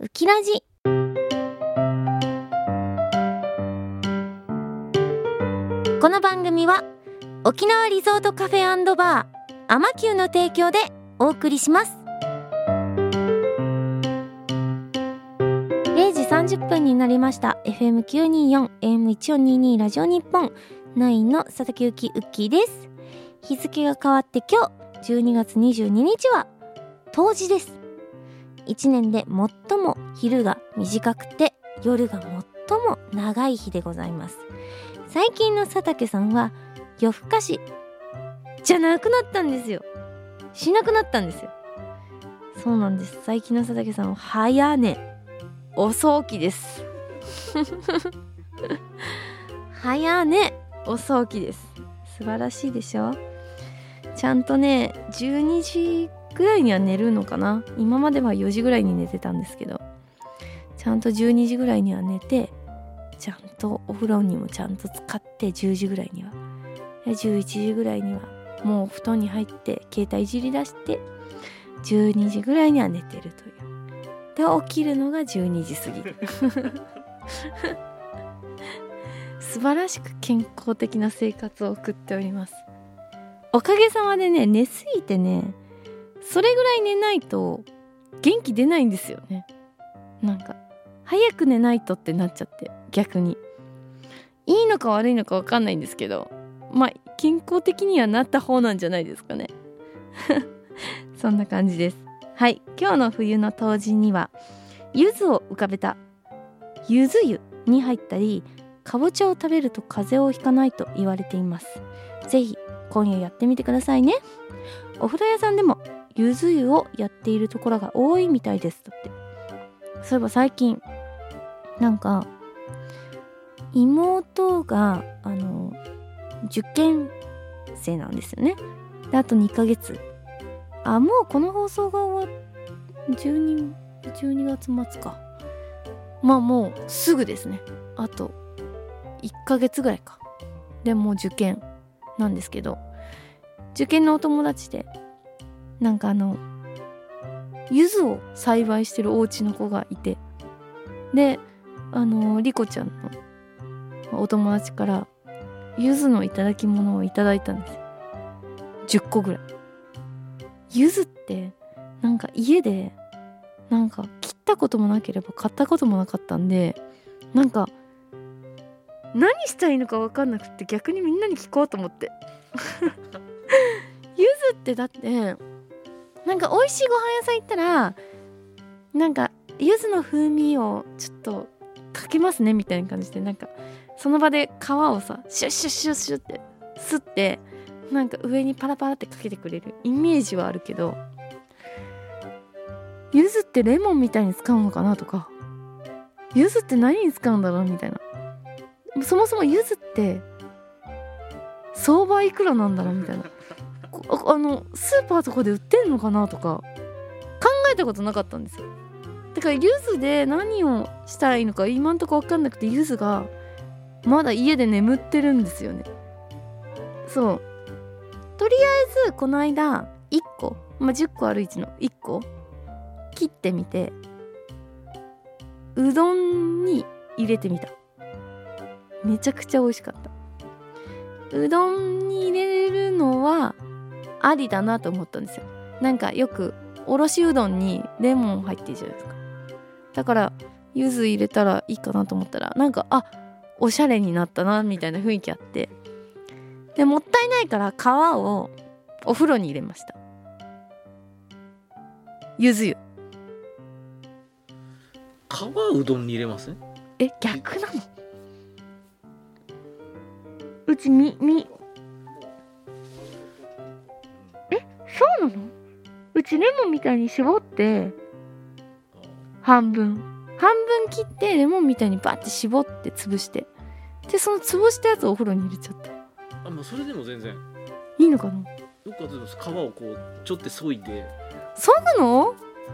ウキラジ。この番組は沖縄リゾートカフェ&バーアマキューの提供でお送りします。0時30分になりました。 FM924 AM1422 ラジオ日本9の佐々木ゆきウッキーです。日付が変わって今日12月22日は冬至です。1年で最も昼が短くて夜が最も長い日でございます。最近の佐竹さんは夜更かしじゃなくなったんですよ。しなくなったんですよ。そうなんです。最近の佐竹さんは早寝遅起きです早寝遅起きです。素晴らしいでしょ。ちゃんとね12時ぐらいには寝るのかな。今までは4時ぐらいに寝てたんですけど、ちゃんと12時ぐらいには寝て、ちゃんとお風呂にもちゃんと使って10時ぐらいには、11時ぐらいにはもう布団に入って携帯いじり出して12時ぐらいには寝てるという。で起きるのが12時過ぎ素晴らしく健康的な生活を送っております。おかげさまでね、寝すぎてね、それぐらい寝ないと元気出ないんですよね。なんか早く寝ないとってなっちゃって、逆にいいのか悪いのか分かんないんですけど、まあ健康的にはなった方なんじゃないですかねそんな感じです。はい、今日の冬の冬至には柚子を浮かべた柚子湯に入ったり、かぼちゃを食べると風邪をひかないと言われています。ぜひ今夜やってみてくださいね。お風呂屋さんでも柚子湯をやっているところが多いみたいです。だってそういえば最近なんか妹が受験生なんですよね。であと2ヶ月、もうこの放送が終わっ12月末か。まあもうすぐですね。あと1ヶ月ぐらいか。でもう受験なんですけど、受験のお友達でなんか柚子を栽培してるお家の子がいて、でリコちゃんのお友達から柚子のいただき物をいただいたんですよ。10個ぐらい。柚子ってなんか家でなんか切ったこともなければ買ったこともなかったんで、なんか何したらいいのか分かんなくって、逆にみんなに聞こうと思って柚子ってだってなんか美味しいご飯屋さん行ったらなんか柚子の風味をちょっとかけますねみたいな感じで、なんかその場で皮をさシュッシュッシュッシュッってすってなんか上にパラパラってかけてくれるイメージはあるけど、柚子ってレモンみたいに使うのかなとか、柚子って何に使うんだろうみたいな、そもそも柚子って相場いくらなんだろうみたいなスーパーとかで売ってんのかなとか考えたことなかったんですよ。だから柚子で何をしたらいいのか今んとこ分かんなくて、柚子がまだ家で眠ってるんですよね。そう、とりあえずこの間1個、10個あるうちの1個切ってみてうどんに入れてみた。めちゃくちゃ美味しかった。うどんに入れるのはありだなと思ったんですよ。なんかよくおろしうどんにレモン入ってるじゃないですか。だから柚子入れたらいいかなと思ったら、なんかおしゃれになったなみたいな雰囲気あって、でもったいないから皮をお風呂に入れました。柚子湯。 皮うどんに入れますね。 逆なの？うちそうなの？うちレモンみたいに絞って半分切ってレモンみたいにバッて絞って潰して、でその潰したやつをお風呂に入れちゃった。 もうそれでも全然いいのかな。 よく皮をこうちょって削いで。 削ぐの？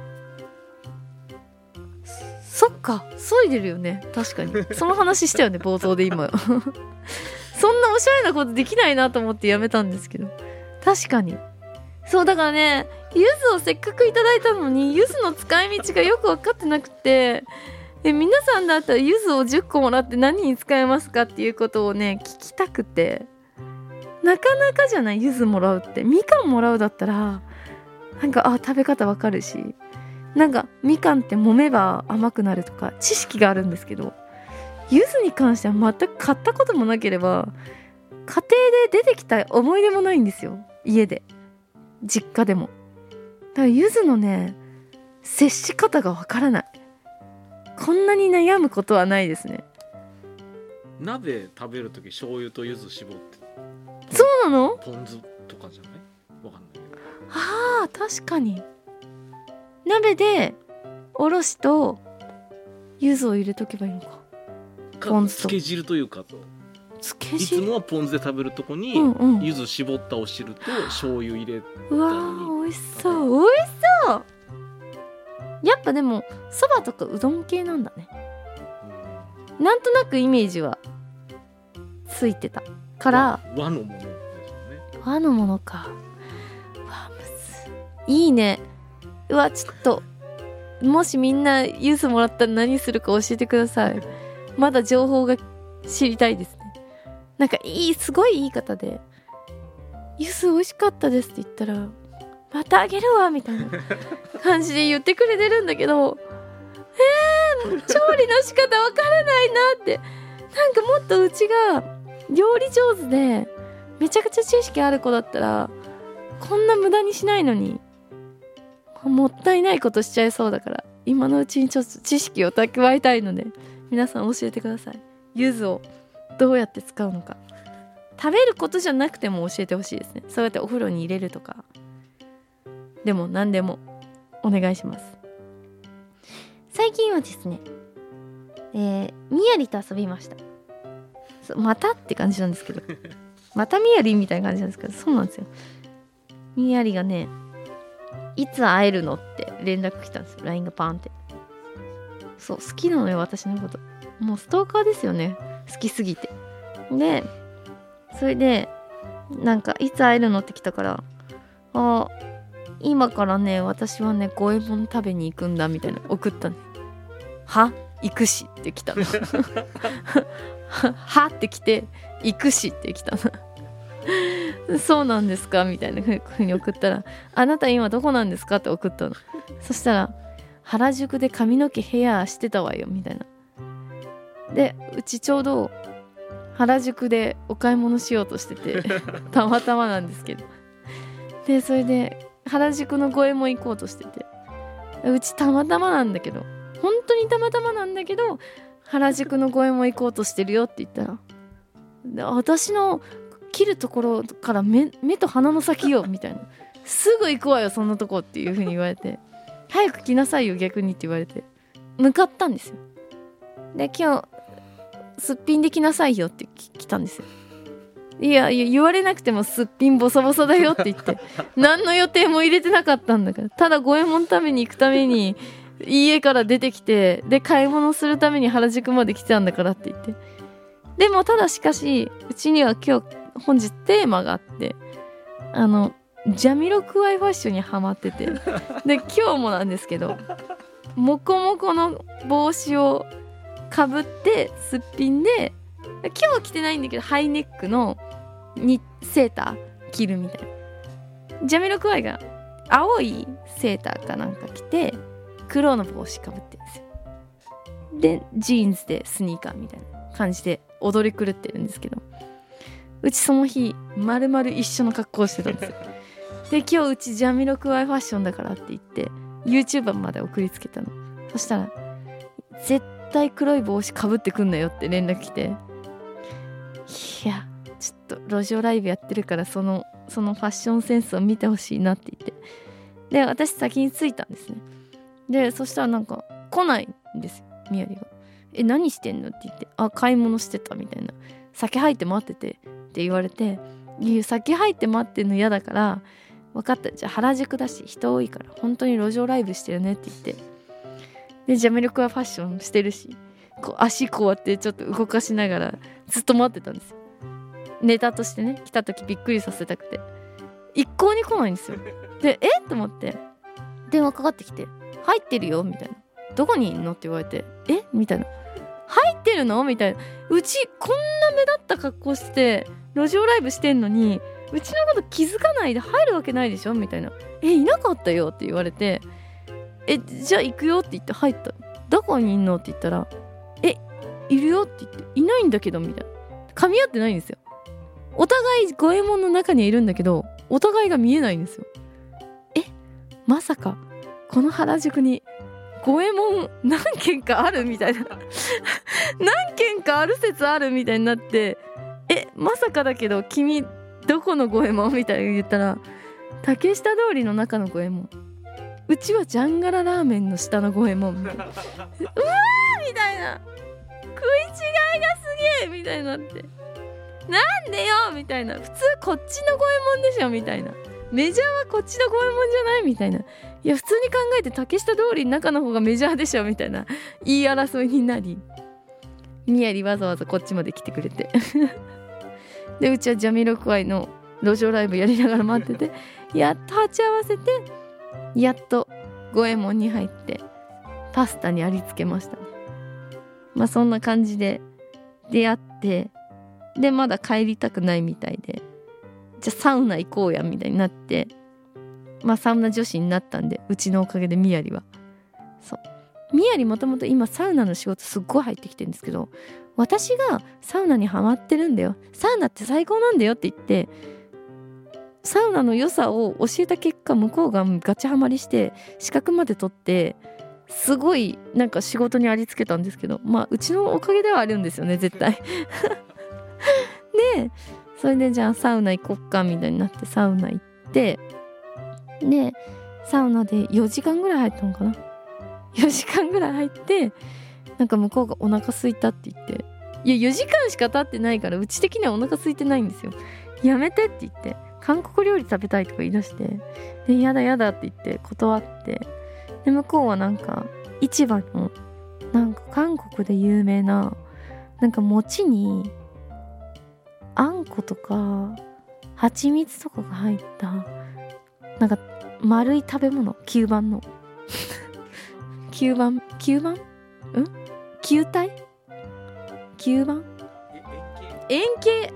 そっか、削いでるよね。確かにその話したよね冒頭で今そんなおしゃれなことできないなと思ってやめたんですけど、確かにそうだからね、 柚子をせっかくいただいたのに柚子の使い道がよく分かってなくて、皆さんだったら柚子を10個もらって何に使えますかっていうことをね聞きたくて、なかなかじゃない柚子もらうって。みかんもらうだったらなんか食べ方わかるし、なんかみかんって揉めば甘くなるとか知識があるんですけど、柚子に関しては全く買ったこともなければ家庭で出てきた思い出もないんですよ。家で実家でも。だから柚子のね接し方がわからない。こんなに悩むことはないですね。 鍋食べるとき醤油と柚子絞って、 そうなの？ ポン酢とかじゃない？わかんないけど。 あー確かに鍋でおろしと柚子を入れとけばいいのか。ポン酢とつけ汁というかと、いつつけ汁。 もはポン酢で食べるとこに、 うんうん、 柚子絞ったお汁と醤油入れて、 うわー美味しそう美味しそう。やっぱでもそばとかうどん系なんだね。なんとなくイメージはついてたから和のものですよね。 和のものか。わむずいいね。うわちょっともしみんなユースもらったら何するか教えてください。まだ情報が知りたいですね。なんかすごい言い方でユース美味しかったですって言ったらまたあげるわみたいな感じで言ってくれてるんだけど調理の仕方わからないなって。なんかもっとうちが料理上手でめちゃくちゃ知識ある子だったらこんな無駄にしないのに、もったいないことしちゃいそうだから、今のうちにちょっと知識を蓄えたいので皆さん教えてください。柚子をどうやって使うのか。食べることじゃなくても教えてほしいですね。そうやってお風呂に入れるとかでも何でもお願いします。最近はですね、みやりと遊びました。またって感じなんですけどまたみやりみたいな感じなんですけど、そうなんですよ。みやりがね、いつ会えるのって連絡来たんですよ。 LINE がパーンって。そう好きなのよ私のこと。もうストーカーですよね、好きすぎて。でそれでなんかいつ会えるのって来たから、今からね私はね五右衛門食べに行くんだみたいな送ったね。は行くしって来たのはって来て行くしって来たのそうなんですかみたいな風に送ったら、あなた今どこなんですかって送ったの。そしたら原宿で髪の毛ヘアしてたわよみたいな。でうちちょうど原宿でお買い物しようとしててたまたまなんですけど、でそれで原宿の五右衛門行こうとしてて、うちたまたまなんだけど、本当にたまたまなんだけど原宿の五右衛門行こうとしてるよって言ったら、で私の切るところから目と鼻の先よみたいな、すぐ行くわよそんなとこっていう風に言われて、早く来なさいよ逆にって言われて向かったんですよ。で今日すっぴんで来なさいよって来たんですよ。いや言われなくてもすっぴんボサボサだよって言って何の予定も入れてなかったんだから、ただ五右衛門食べに行くために家から出てきて、で買い物するために原宿まで来てたんだからって言って、でもただしかしうちには本日テーマがあって、ジャミロクワイファッションにハマってて、で今日もなんですけどモコモコの帽子をかぶってすっぴんで、今日は着てないんだけどハイネックのセーター着るみたいな。ジャミロクワイが青いセーターかなんか着て黒の帽子かぶってるんですよ。でジーンズでスニーカーみたいな感じで踊り狂ってるんですけど、うちその日丸々一緒の格好をしてたんですよ。で今日うちジャミロクワイファッションだからって言って YouTuber まで送りつけたの。そしたら絶対黒い帽子かぶってくんなよって連絡来て、いやちょっと路上ライブやってるからそのファッションセンスを見てほしいなって言って、で私先に着いたんですね。でそしたらなんか来ないんですよみやりが。何してんのって言って、買い物してたみたいな、酒入って待っててって言われて、いや酒入って待ってんの嫌だから分かった、じゃあ原宿だし人多いから本当に路上ライブしてるねって言って、でジャミロクはファッションしてるしこう足こうやってちょっと動かしながらずっと待ってたんですよ。ネタとしてね、来た時びっくりさせたくて。一向に来ないんですよでと思って電話かかってきて、入ってるよみたいな、どこにいんのって言われて、みたいな、入ってるのみたいな、うちこんな目立った格好して路上ライブしてんのにうちのこと気づかないで入るわけないでしょみたいな、いなかったよって言われて、じゃあ行くよって言って入った。どこにいんのって言ったら、いるよって言って、いないんだけどみたいな、噛み合ってないんですよ。お互い五右衛門の中にいるんだけどお互いが見えないんですよ。まさかこの原宿に五右衛門何軒かあるみたいな何軒かある説あるみたいになって、まさかだけど君どこの五右衛門みたいに言ったら、竹下通りの中の五右衛門、うちはジャンガララーメンの下の五右衛門みたいなうわーみたいな、食い違いがすげえみたいになって、なんでよみたいな、普通こっちの五右衛門でしょみたいな、メジャーはこっちの五右衛門じゃないみたいな、いや普通に考えて竹下通りの中の方がメジャーでしょみたいな言い争いになり、みやりわざわざこっちまで来てくれてでうちはジャミロクワイの路上ライブやりながら待ってて、やっと鉢合わせて、やっと五右衛門に入ってパスタにありつけましたね。まあそんな感じで出会って、でまだ帰りたくないみたいで、じゃあサウナ行こうやみたいになって、まあサウナ女子になったんで、うちのおかげでみやりは、そうみやりもともと今サウナの仕事すっごい入ってきてるんですけど、私がサウナにハマってるんだよ、サウナって最高なんだよって言ってサウナの良さを教えた結果、向こうがガチハマりして資格まで取って、すごいなんか仕事にありつけたんですけど、まあうちのおかげではあるんですよね絶対でそれでじゃあサウナ行こっかみたいになってサウナ行って、でサウナで4時間ぐらい入ったのかな、4時間ぐらい入って、なんか向こうがお腹空いたって言って、いや4時間しか経ってないからうち的にはお腹空いてないんですよ。やめてって言って、韓国料理食べたいとか言い出して、でやだやだって言って断って、で向こうはなんか市場のなんか韓国で有名ななんか餅にあんことか蜂蜜とかが入ったなんか丸い食べ物、吸盤の吸盤球体吸盤円形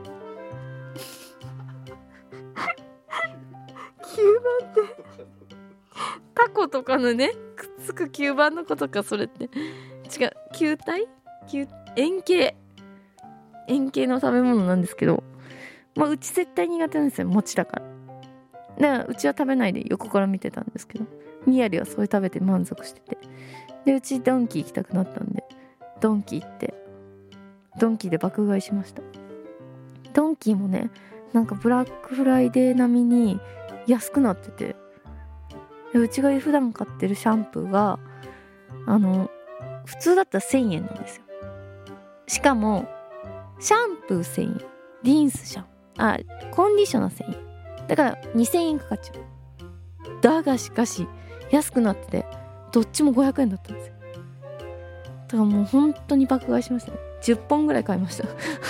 吸盤ってタコとかのねくっつく吸盤のことか、それって違う、球体円形の食べ物なんですけど、まあうち絶対苦手なんですよ、餅だから。だからうちは食べないで横から見てたんですけど、みやりはそれ食べて満足してて、でうちドンキ行きたくなったんでドンキ行って、ドンキで爆買いしました。ドンキもねなんかブラックフライデー並みに安くなってて、でうちが普段買ってるシャンプーが普通だったら1000円なんですよ。しかもシャンプー1000円、リンスコンディショナー1000円だから2000円かかっちゃう。だがしかし安くなっててどっちも500円だったんですよ。だからもう本当に爆買いしましたね。10本ぐらい買いました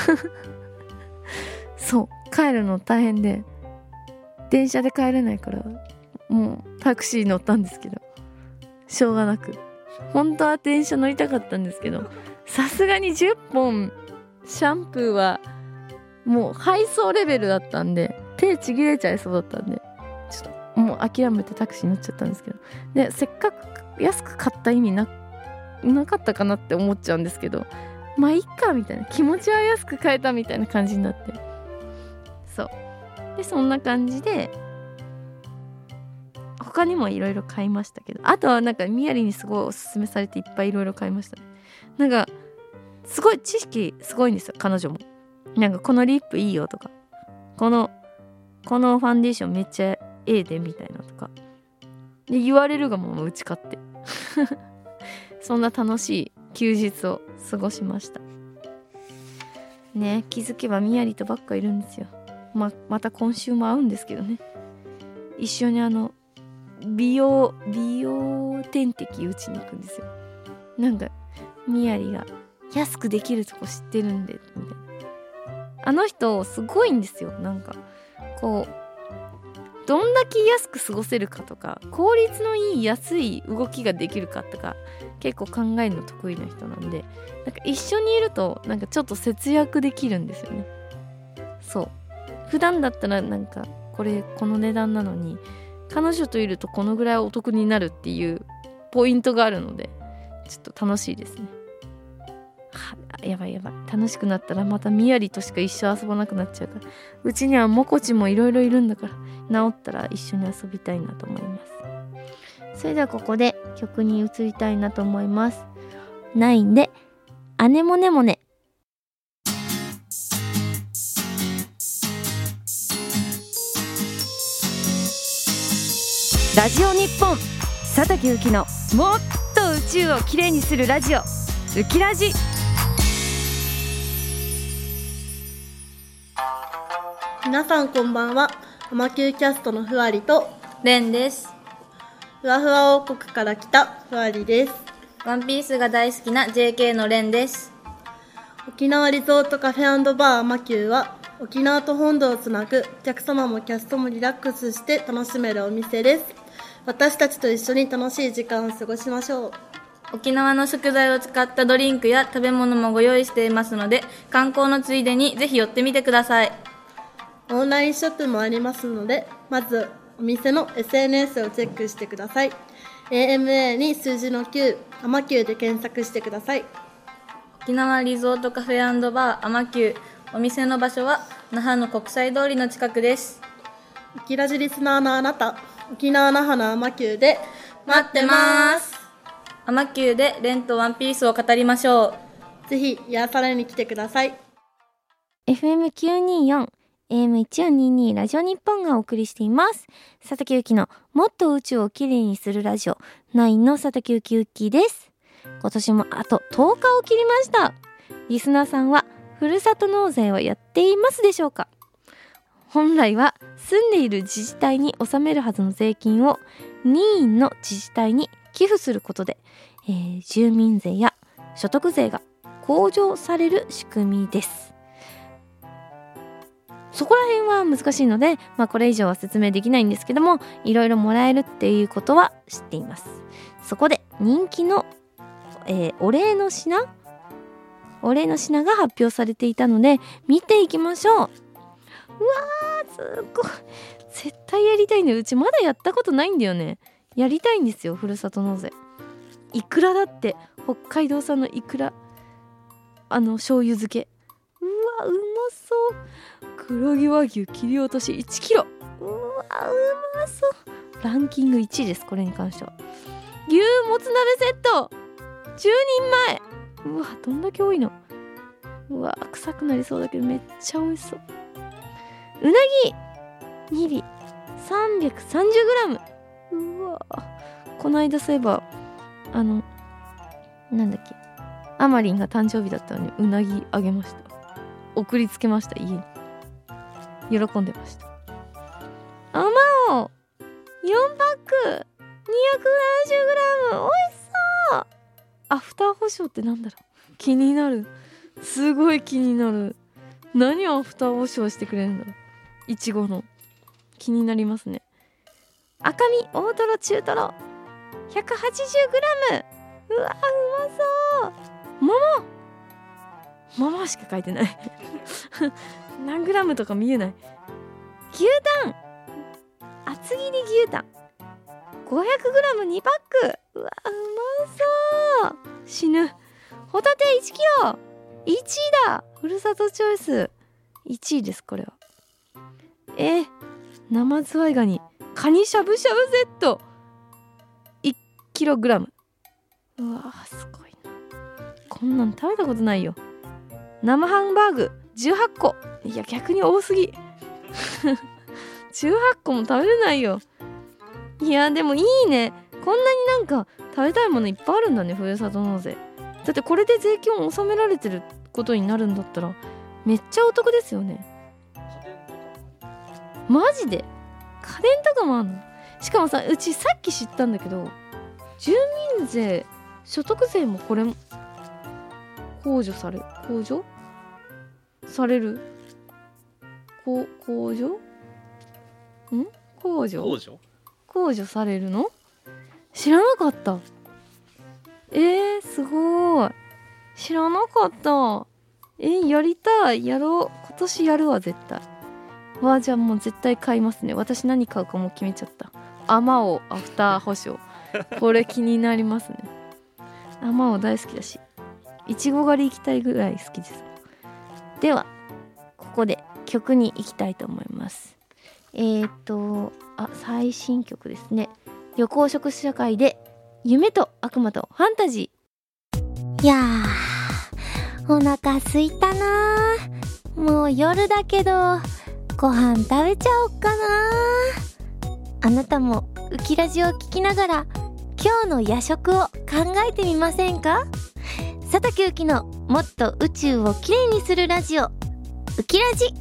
そう帰るの大変で電車で帰れないからもうタクシー乗ったんですけど、しょうがなく本当は電車乗りたかったんですけど、さすがに10本シャンプーはもう配送レベルだったんで手ちぎれちゃいそうだったんで、ちょっともう諦めてタクシー乗っちゃったんですけど、でせっかく安く買った意味なかったかなって思っちゃうんですけど、まあいっかみたいな、気持ちは安く買えたみたいな感じになって、そうでそんな感じで他にもいろいろ買いましたけど、あとはなんかみやりにすごいおすすめされていっぱいいろいろ買いましたね。なんかすごい知識すごいんですよ彼女も。なんかこのリップいいよとか、このファンデーションめっちゃええでみたいなとかで言われるがもう打ち勝ってそんな楽しい休日を過ごしましたね。気づけばみやりとばっかいるんですよ。また今週も会うんですけどね。一緒に美容点滴打ちに行くんですよ。なんかみやりが安くできるとこ知ってるんでみたいな。あの人すごいんですよ。なんかこうどんだけ安く過ごせるかとか、効率のいい安い動きができるかとか結構考えるの得意な人なんで、なんか一緒にいるとなんかちょっと節約できるんですよね。そう、普段だったらなんかこの値段なのに彼女といるとこのぐらいお得になるっていうポイントがあるので、ちょっと楽しいですね。やばい楽しくなったらまたみやりとしか一生遊ばなくなっちゃうから、うちにはもこちもいろいろいるんだから、治ったら一緒に遊びたいなと思います。それではここで曲に移りたいなと思います。9でアネモネモネ。ラジオ日本佐竹ゆきのもっと宇宙をきれいにするラジオ、ウキラジ。 皆さんこんばんは。アマキューキャストのふわりとレンです。 ふわふわ王国から来たふわりです。 ワンピースが大好きな JK のレンです。 沖縄リゾートカフェ&バーアマキューは沖縄と本土をつなぐ、お客様もキャストもリラックスして楽しめるお店です。私たちと一緒に楽しい時間を過ごしましょう。 沖縄の食材を使ったドリンクや食べ物もご用意していますので、観光のついでにぜひ寄ってみてください。 オンラインショップもありますので、まずお店の SNS をチェックしてください。 AMA に数字の9、アマキューで検索してください。 沖縄リゾートカフェ&バーアマキュー、お店の場所は那覇の国際通りの近くです。 ウキラジリスナーのあなた、沖縄那覇のアマキューで待ってます。アマキューでレンとワンピースを語りましょう。ぜひ癒されに来てください。 FM924AM1422 ラジオ日本がお送りしています。佐竹ゆきのもっと宇宙をきれいにするラジオ9の佐竹ゆきゆきです。今年もあと10日を切りました。リスナーさんはふるさと納税はやっていますでしょうか？本来は住んでいる自治体に納めるはずの税金を任意の自治体に寄付することで、住民税や所得税が控除される仕組みです。そこら辺は難しいので、これ以上は説明できないんですけども、いろいろもらえるっていうことは知っています。そこで人気の、お礼の品が発表されていたので見ていきましょう。うわー、すごい、絶対やりたいんだよ。うちまだやったことないんだよね。やりたいんですよ、ふるさと納税。イクラだって、北海道産のイクラ、醤油漬け、うわうまそう。黒毛和牛切り落とし1キロ、うわうまそう。ランキング1位です。これに関しては牛もつ鍋セット10人前、うわどんだけ多いの。うわ臭くなりそうだけどめっちゃ美味しそう。うなぎ2尾 330g、 うわこの間そういえばなんだっけ、あまりんが誕生日だったのにうなぎあげました。送りつけました、家に。喜んでました。あまおう4パック 270g、 おいしそう。アフター保証ってなんだろう、気になる、すごい気になる。何をアフター保証してくれるんだろう。いちごの気になりますね。赤身大トロ中トロ 180g、 うわうまそう。桃しか書いてない何グラムとか見えない。牛タン、厚切り牛タン 500g2 パック、うわうまそう。死ぬ。ホタテ1キロ1位だ。ふるさとチョイス1位です。これは生ズワイガニカニしゃぶしゃぶセット 1kg、 うわすごいな。こんなん食べたことないよ。生ハンバーグ18個、いや逆に多すぎ18個も食べれないよ。いやでもいいね、こんなになんか食べたいものいっぱいあるんだね、ふるさと納税。だってこれで税金を納められてることになるんだったらめっちゃお得ですよね。マジで家電とかもあるの。しかもさ、うちさっき知ったんだけど、住民税所得税もこれも控除される控除控除控除されるの？知らなかった。すごい、知らなかった。やりたい、やろう、今年やるわ絶対。じゃあもう絶対買いますね。私何買うかもう決めちゃった。アマオアフター保証これ気になりますね。アマオ大好きだし、いちご狩り行きたいぐらい好きです。ではここで曲に行きたいと思います。最新曲ですね。緑黄色社会で夢と悪魔とファンタジー。いやー、お腹すいたなー。もう夜だけどご飯食べちゃおっかなー。あなたもウキラジを聞きながら今日の夜食を考えてみませんか？佐竹うきのもっと宇宙をきれいにするラジオ、ウキラジ。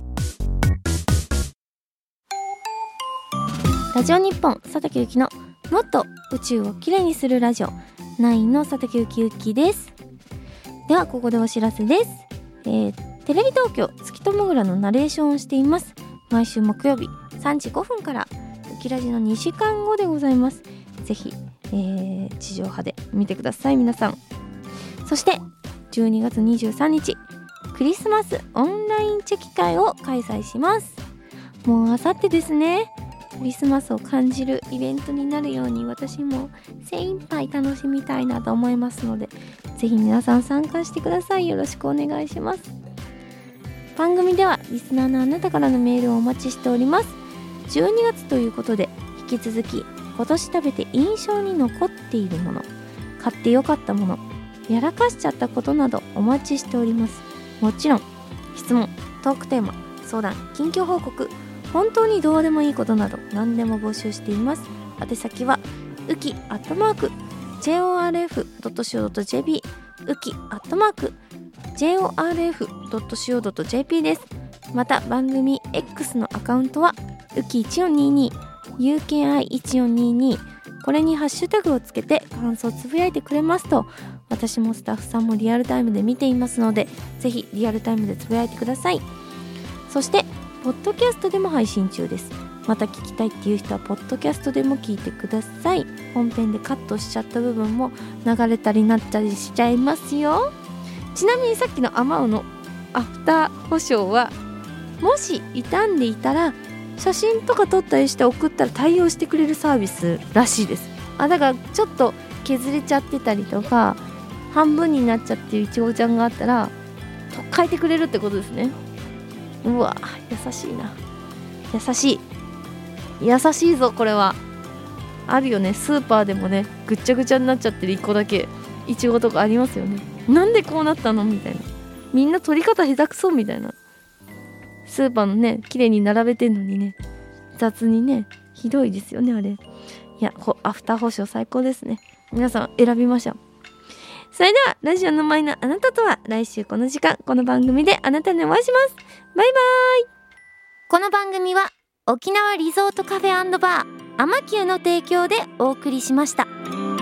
ラジオ日本佐竹うきのもっと宇宙をきれいにするラジオ9の佐竹うきです。ではここでお知らせです。テレビ東京月ともぐらのナレーションをしています。毎週木曜日3時5分からウキラジの2時間後でございます。ぜひ、地上波で見てください皆さん。そして12月23日クリスマスオンラインチェキ会を開催します。もうあさってですね。クリスマスを感じるイベントになるように私も精一杯楽しみたいなと思いますので、ぜひ皆さん参加してください。よろしくお願いします。番組ではリスナーのあなたからのメールをお待ちしております。12月ということで引き続き今年食べて印象に残っているもの、買ってよかったもの、やらかしちゃったことなどお待ちしております。もちろん質問、トークテーマ、相談、近況報告、本当にどうでもいいことなど何でも募集しています。宛先はうき@jorf.co.jp うき@jorf.co.jp です。また番組 X のアカウントはうき1422 UKI1422、 これにハッシュタグをつけて感想をつぶやいてくれますと、私もスタッフさんもリアルタイムで見ていますので、ぜひリアルタイムでつぶやいてください。そしてポッドキャストでも配信中です。また聞きたいっていう人はポッドキャストでも聞いてください。本編でカットしちゃった部分も流れたりなったりしちゃいますよ。ちなみにさっきのアマオのアフター保証は、もし傷んでいたら写真とか撮ったりして送ったら対応してくれるサービスらしいです。だからちょっと削れちゃってたりとか半分になっちゃってるいちごちゃんがあったら変えてくれるってことですね。うわ、優しいな。優しいぞ。これはあるよね。スーパーでもね、ぐっちゃぐちゃになっちゃってる1個だけいちごとかありますよね。なんでこうなったのみたいな、みんな取り方下手くそみたいな。スーパーのね、綺麗に並べてんのにね、雑にね、ひどいですよねあれ。いや、アフター保証最高ですね。皆さん選びましょう。それではラジオの前のあなたとは来週この時間この番組であなたにお会いします。バイバイ。この番組は沖縄リゾートカフェ&バーアマキューの提供でお送りしました。